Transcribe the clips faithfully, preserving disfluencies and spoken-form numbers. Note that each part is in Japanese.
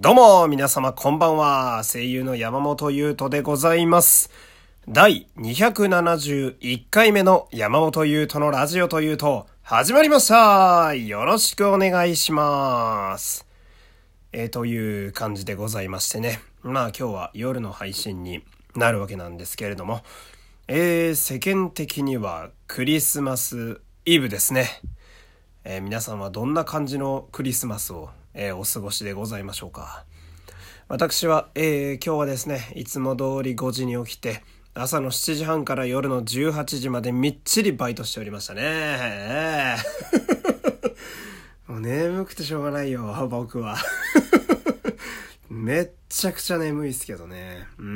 どうも皆様こんばんは。声優の山本優斗でございます。だいにひゃくななじゅういっかいめの山本優斗のラジオというと始まりました。よろしくお願いします。えー、という感じでございましてね。まあ今日は夜の配信になるわけなんですけれども、えー、世間的にはクリスマスイブですね。えー、皆さんはどんな感じのクリスマスを、えー、お過ごしでございましょうか。私は、えー、今日はですね、いつも通りごじに起きて、朝のしちじはんから夜のじゅうはちじまでみっちりバイトしておりましたね。もう眠くてしょうがないよ、僕は。めっちゃくちゃ眠いですけどね。うん、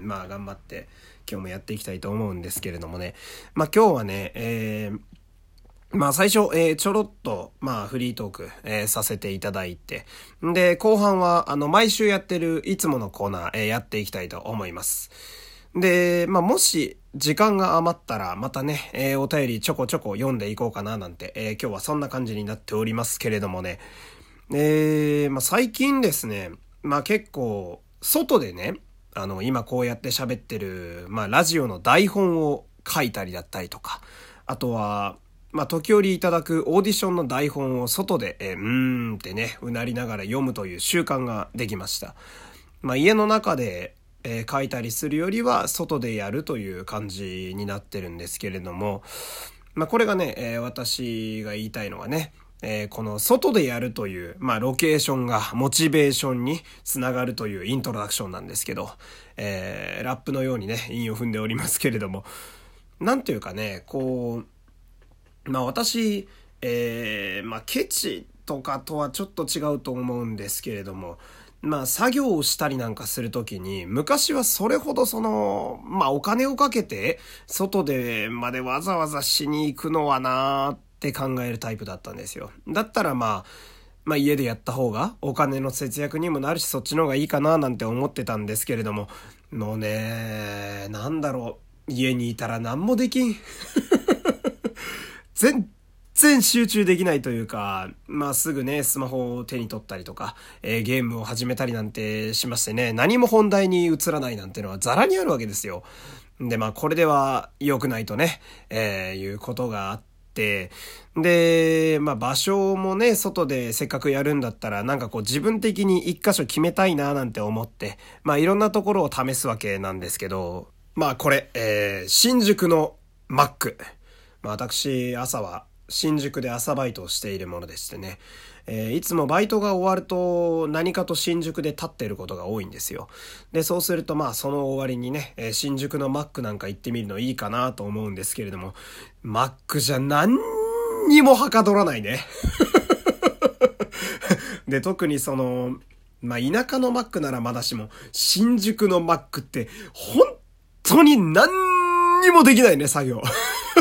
まあ頑張って今日もやっていきたいと思うんですけれどもね。まあ今日はね、えー、まあ最初、えー、ちょろっと、まあフリートーク、えー、させていただいて、で、後半は、あの、毎週やってるいつものコーナー、えー、やっていきたいと思います。で、まあもし、時間が余ったら、またね、えー、お便りちょこちょこ読んでいこうかななんて、えー、今日はそんな感じになっておりますけれどもね。えー、まあ最近ですね、まあ結構、外でね、あの、今こうやって喋ってる、まあラジオの台本を書いたりだったりとか、あとは、まあ、時折いただくオーディションの台本を外で、えー、うーんってね、うなりながら読むという習慣ができました。まあ、家の中で、えー、書いたりするよりは、外でやるという感じになってるんですけれども、まあ、これがね、えー、私が言いたいのはね、えー、この外でやるという、まあ、ロケーションがモチベーションにつながるというイントロダクションなんですけど、えー、ラップのようにね、韻を踏んでおりますけれども、なんていうかね、こう、まあ私、えー、まあケチとかとはちょっと違うと思うんですけれども、まあ作業をしたりなんかするときに、昔はそれほどその、まあお金をかけて、外でまでわざわざしに行くのはなーって考えるタイプだったんですよ。だったらまあ、まあ家でやった方がお金の節約にもなるし、そっちの方がいいかななんて思ってたんですけれども、もうね、なんだろう、家にいたら何もできん。全然集中できないというか、まあすぐね、スマホを手に取ったりとか、えー、ゲームを始めたりなんてしましてね、何も本題に移らないなんてのはザラにあるわけですよ。で、まあこれでは良くないとね、えー、いうことがあって、で、まあ場所もね、外でせっかくやるんだったら、なんかこう自分的に一箇所決めたいななんて思って、まあいろんなところを試すわけなんですけど、まあこれ、えー、新宿のマック。まあ、私、朝は新宿で朝バイトをしているものでしてね、えー、いつもバイトが終わると何かと新宿で立っていることが多いんですよ。で、そうするとまあその終わりにね、えー、新宿のマックなんか行ってみるのいいかなと思うんですけれども、マックじゃ何にもはかどらないね。で、特にその、まあ田舎のマックならまだしも、新宿のマックって本当に何にもできないね、作業。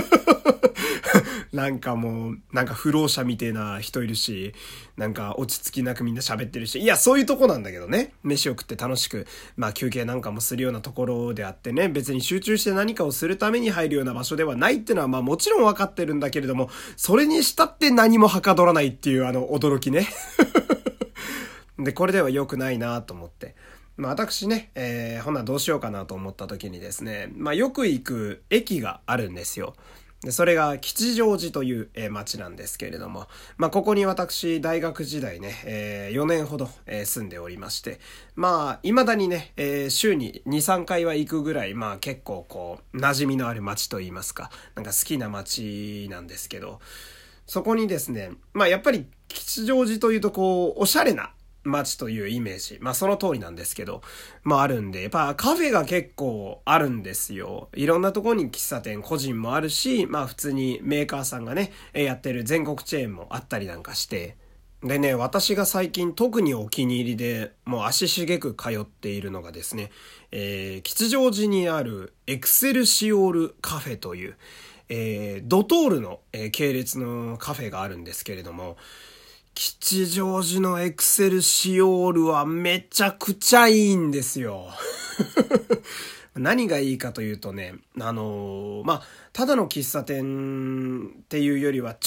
なんかもう、なんか不老者みたいな人いるし、なんか落ち着きなくみんな喋ってるし、いや、そういうとこなんだけどね。飯を食って楽しく、まあ休憩なんかもするようなところであってね、別に集中して何かをするために入るような場所ではないってのは、まあもちろん分かってるんだけれども、それにしたって何もはかどらないっていうあの驚きね。で、これでは良くないなと思って。まあ私ね、えー、ほなどうしようかなと思った時にですね、まあよく行く駅があるんですよ。で、それが吉祥寺という、えー、町なんですけれども、まあここに私大学時代ね、えー、よねんほど、えー、住んでおりまして、まあ未だにね、えー、週にに、さんかいは行くぐらい、まあ結構こう、馴染みのある町といいますか、なんか好きな町なんですけど、そこにですね、まあやっぱり吉祥寺というとこう、おしゃれな街というイメージ。まあその通りなんですけど、まああるんで、やっぱカフェが結構あるんですよ。いろんなところに喫茶店個人もあるし、まあ普通にメーカーさんがね、やってる全国チェーンもあったりなんかして。でね、私が最近特にお気に入りで、もう足しげく通っているのがですね、えー、吉祥寺にあるエクセルシオールカフェという、えー、ドトールの、えー、系列のカフェがあるんですけれども、吉祥寺のエクセルシオールはめちゃくちゃいいんですよ。何がいいかというとね、あのー、まあ、ただの喫茶店っていうよりはちょっ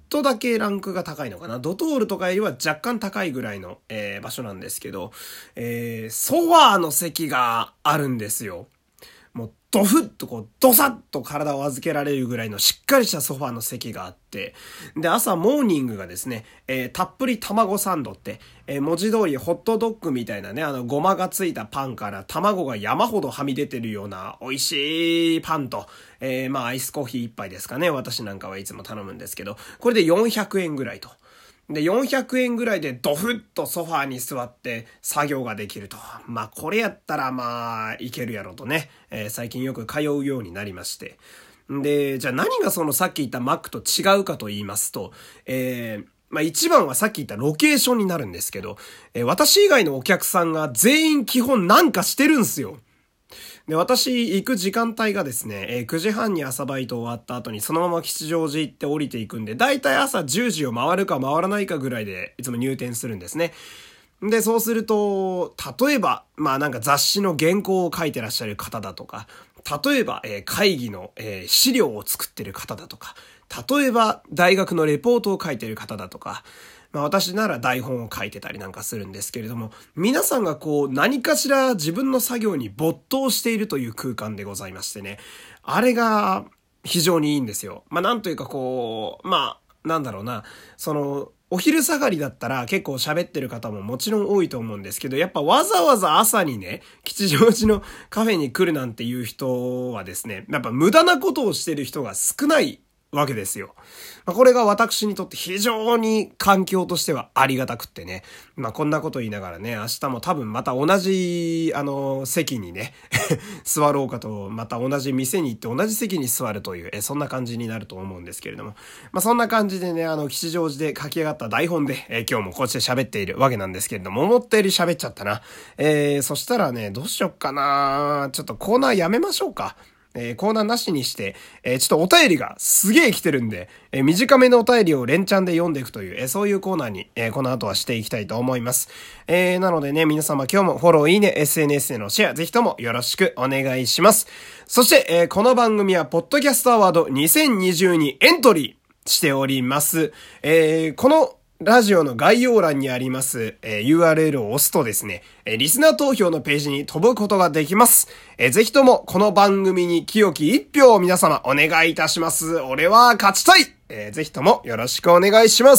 とだけランクが高いのかな。ドトールとかよりは若干高いぐらいの、えー、場所なんですけど、えー、ソファーの席があるんですよ。もうドフッとこうドサッと体を預けられるぐらいのしっかりしたソファーの席があって、で朝モーニングがですね、えー、たっぷり卵サンドって、えー、文字通りホットドッグみたいなね、あのごまがついたパンから卵が山ほどはみ出てるような美味しいパンと、えー、まあアイスコーヒー一杯ですかね。私なんかはいつも頼むんですけど、これでよんひゃくえんぐらいと。で、よんひゃくえんぐらいでドフッとソファーに座って作業ができると。まあ、これやったらまあ、いけるやろとね、えー、最近よく通うようになりまして。で、じゃあ何がそのさっき言った Mac と違うかと言いますと、えー、まあ一番はさっき言ったロケーションになるんですけど、えー、私以外のお客さんが全員基本なんかしてるんすよ。で、私行く時間帯がですね、えー、くじはんに朝バイト終わった後にそのまま吉祥寺行って降りていくんで、だいたい朝じゅうじを回るか回らないかぐらいでいつも入店するんですね。で、そうすると、例えば、まあなんか雑誌の原稿を書いてらっしゃる方だとか、例えば、えー、会議の、えー、資料を作ってる方だとか、例えば大学のレポートを書いてる方だとか、まあ私なら台本を書いてたりなんかするんですけれども、皆さんがこう何かしら自分の作業に没頭しているという空間でございましてね、あれが非常にいいんですよ。まあなんというかこう、まあなんだろうな、その、お昼下がりだったら結構喋ってる方ももちろん多いと思うんですけど、やっぱわざわざ朝にね、吉祥寺のカフェに来るなんていう人はですね、やっぱ無駄なことをしてる人が少ないわけですよ。まあ、これが私にとって非常に環境としてはありがたくってね。まあ、こんなこと言いながらね、明日も多分また同じ、あの、席にね、座ろうかと、また同じ店に行って同じ席に座るという、え、そんな感じになると思うんですけれども。まあ、そんな感じでね、あの、吉祥寺で書き上がった台本で、え、今日もこうして喋っているわけなんですけれども、思ったより喋っちゃったな。えー、そしたらね、どうしよっかな。ちょっとコーナーやめましょうか。えー、コーナーなしにして、えー、ちょっとお便りがすげえ来てるんで、えー、短めのお便りを連チャンで読んでいくという、えー、そういうコーナーに、えー、この後はしていきたいと思います。えー、なのでね、皆様今日もフォロー、いいね、エスエヌエス でのシェア、ぜひともよろしくお願いします。そして、えー、この番組は、ポッドキャストアワードにせんにじゅうにエントリーしております。えー、このラジオの概要欄にあります、えー、ユーアールエル を押すとですね、えー、リスナー投票のページに飛ぶことができます。えー、ぜひともこの番組に清き一票を皆様お願いいたします。俺は勝ちたい、えー、ぜひともよろしくお願いします。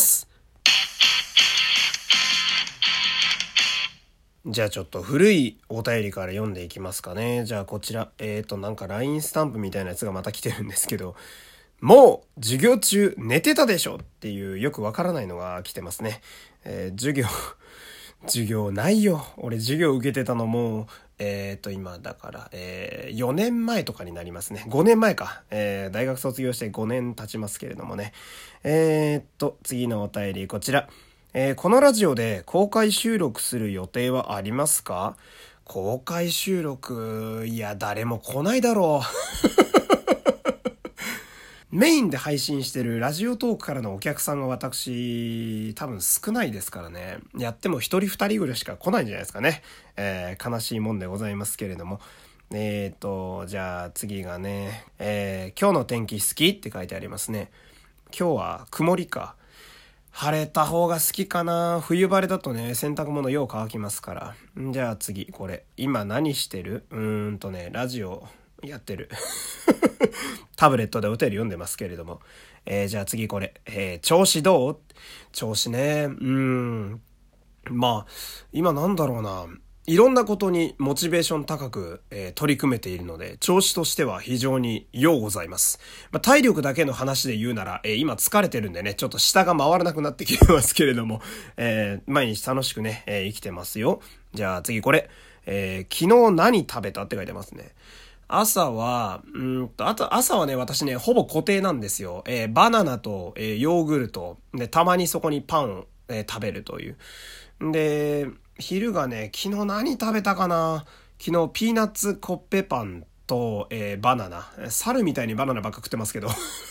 じゃあちょっと古いお便りから読んでいきますかね。じゃあこちら、えーとなんか ライン スタンプみたいなやつがまた来てるんですけど、もう授業中寝てたでしょっていうよくわからないのが来てますね。えー、授業、授業ないよ。俺授業受けてたのも、えーと今だから、えー、よねんまえとかになりますね。ごねんまえか。えー、大学卒業してごねん経ちますけれどもね。えーと、次のお便りこちら。えー、このラジオで公開収録する予定はありますか？公開収録、いや誰も来ないだろう。メインで配信してるラジオトークからのお客さんが私多分少ないですからね。やっても一人二人ぐらいしか来ないんじゃないですかね。えー、悲しいもんでございますけれども。えーと、じゃあ次がね、えー、今日の天気好きって書いてありますね。今日は曇りか。晴れた方が好きかな。冬晴れだとね、洗濯物よう乾きますから。じゃあ次、これ。今何してる？うーんとね、ラジオやってる。タブレットでお便り読んでますけれども。えー、じゃあ次これ。えー、調子どう？調子ね。うーん。まあ、今なんだろうな。いろんなことにモチベーション高く、えー、取り組めているので、調子としては非常に良うございます。まあ、体力だけの話で言うなら、えー、今疲れてるんでね、ちょっと下が回らなくなってきてますけれども、えー、毎日楽しくね、えー、生きてますよ。じゃあ次これ。えー、昨日何食べたって書いてますね。朝は、うんと、あと、朝はね、私ね、ほぼ固定なんですよ。えー、バナナと、えー、ヨーグルト。で、たまにそこにパンを、えー、食べるという。で、昼がね、昨日何食べたかな？昨日ピーナッツコッペパンと、えー、バナナ。猿みたいにバナナばっか食ってますけど。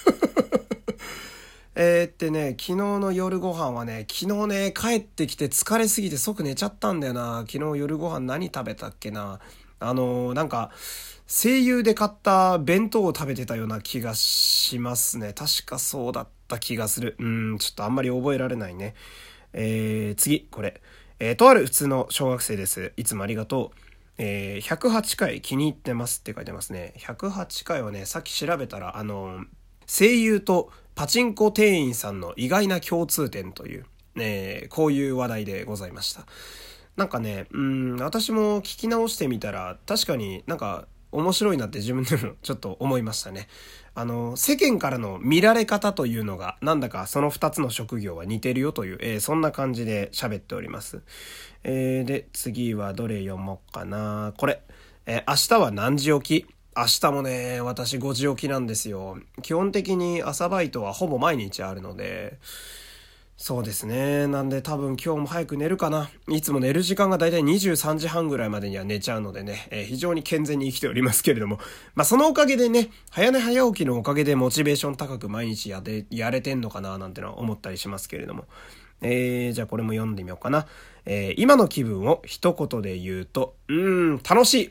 えーってね、昨日の夜ご飯はね、昨日ね、帰ってきて疲れすぎて即寝ちゃったんだよな。昨日夜ご飯何食べたっけな。あのー、なんか、声優で買った弁当を食べてたような気がしますね。確かそうだっった気がする。うーん、ちょっとあんまり覚えられないね。えー、次、これ。えー、とある普通の小学生です。いつもありがとう。えー、ひゃくはちかい気に入ってますって書いてますね。ひゃくはちかいはね、さっき調べたら、あの、声優とパチンコ店員さんの意外な共通点という、えー、こういう話題でございました。なんかね、うん、私も聞き直してみたら、確かになんか面白いなって自分でもちょっと思いましたね。あの、世間からの見られ方というのが、なんだかその二つの職業は似てるよという、えー、そんな感じで喋っております。えー、で、次はどれ読もうかな。これ。えー、明日は何時起き？明日もね、私ごじ起きなんですよ。基本的に朝バイトはほぼ毎日あるので、そうですね。なんで多分今日も早く寝るかな。いつも寝る時間がだいたいにじゅうさんじはんぐらいまでには寝ちゃうのでね、えー、非常に健全に生きておりますけれども。まあそのおかげでね、早寝早起きのおかげでモチベーション高く毎日やで、やれてんのかななんてのは思ったりしますけれども。えー、じゃあこれも読んでみようかな。えー、今の気分を一言で言うと、うーん、楽しい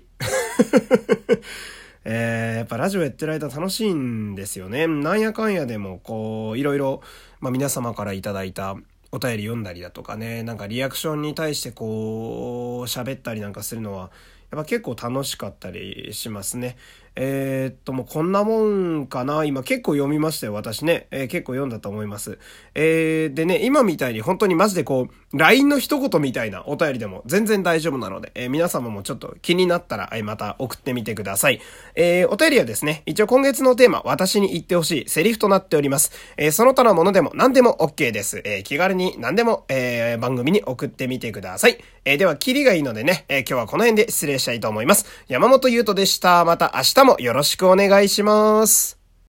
えー、やっぱラジオやってる間楽しいんですよね。なんやかんやでもこういろいろ、まあ、皆様からいただいたお便り読んだりだとかね、なんかリアクションに対してこう喋ったりなんかするのはやっぱ結構楽しかったりしますね。えー、っともうこんなもんかな。今結構読みましたよ私ね、えー、結構読んだと思います。えー、でね、今みたいに本当にマジでこう ライン の一言みたいなお便りでも全然大丈夫なので、えー、皆様もちょっと気になったら、えー、また送ってみてください。えー、お便りはですね、一応今月のテーマ、私に言ってほしいセリフとなっております。えー、その他のものでも何でも OK です。えー、気軽に何でも、えー、番組に送ってみてください。えー、ではキリがいいのでね、えー、今日はこの辺で失礼したいと思います。山本優斗でした。また明日もよろしくお願いします。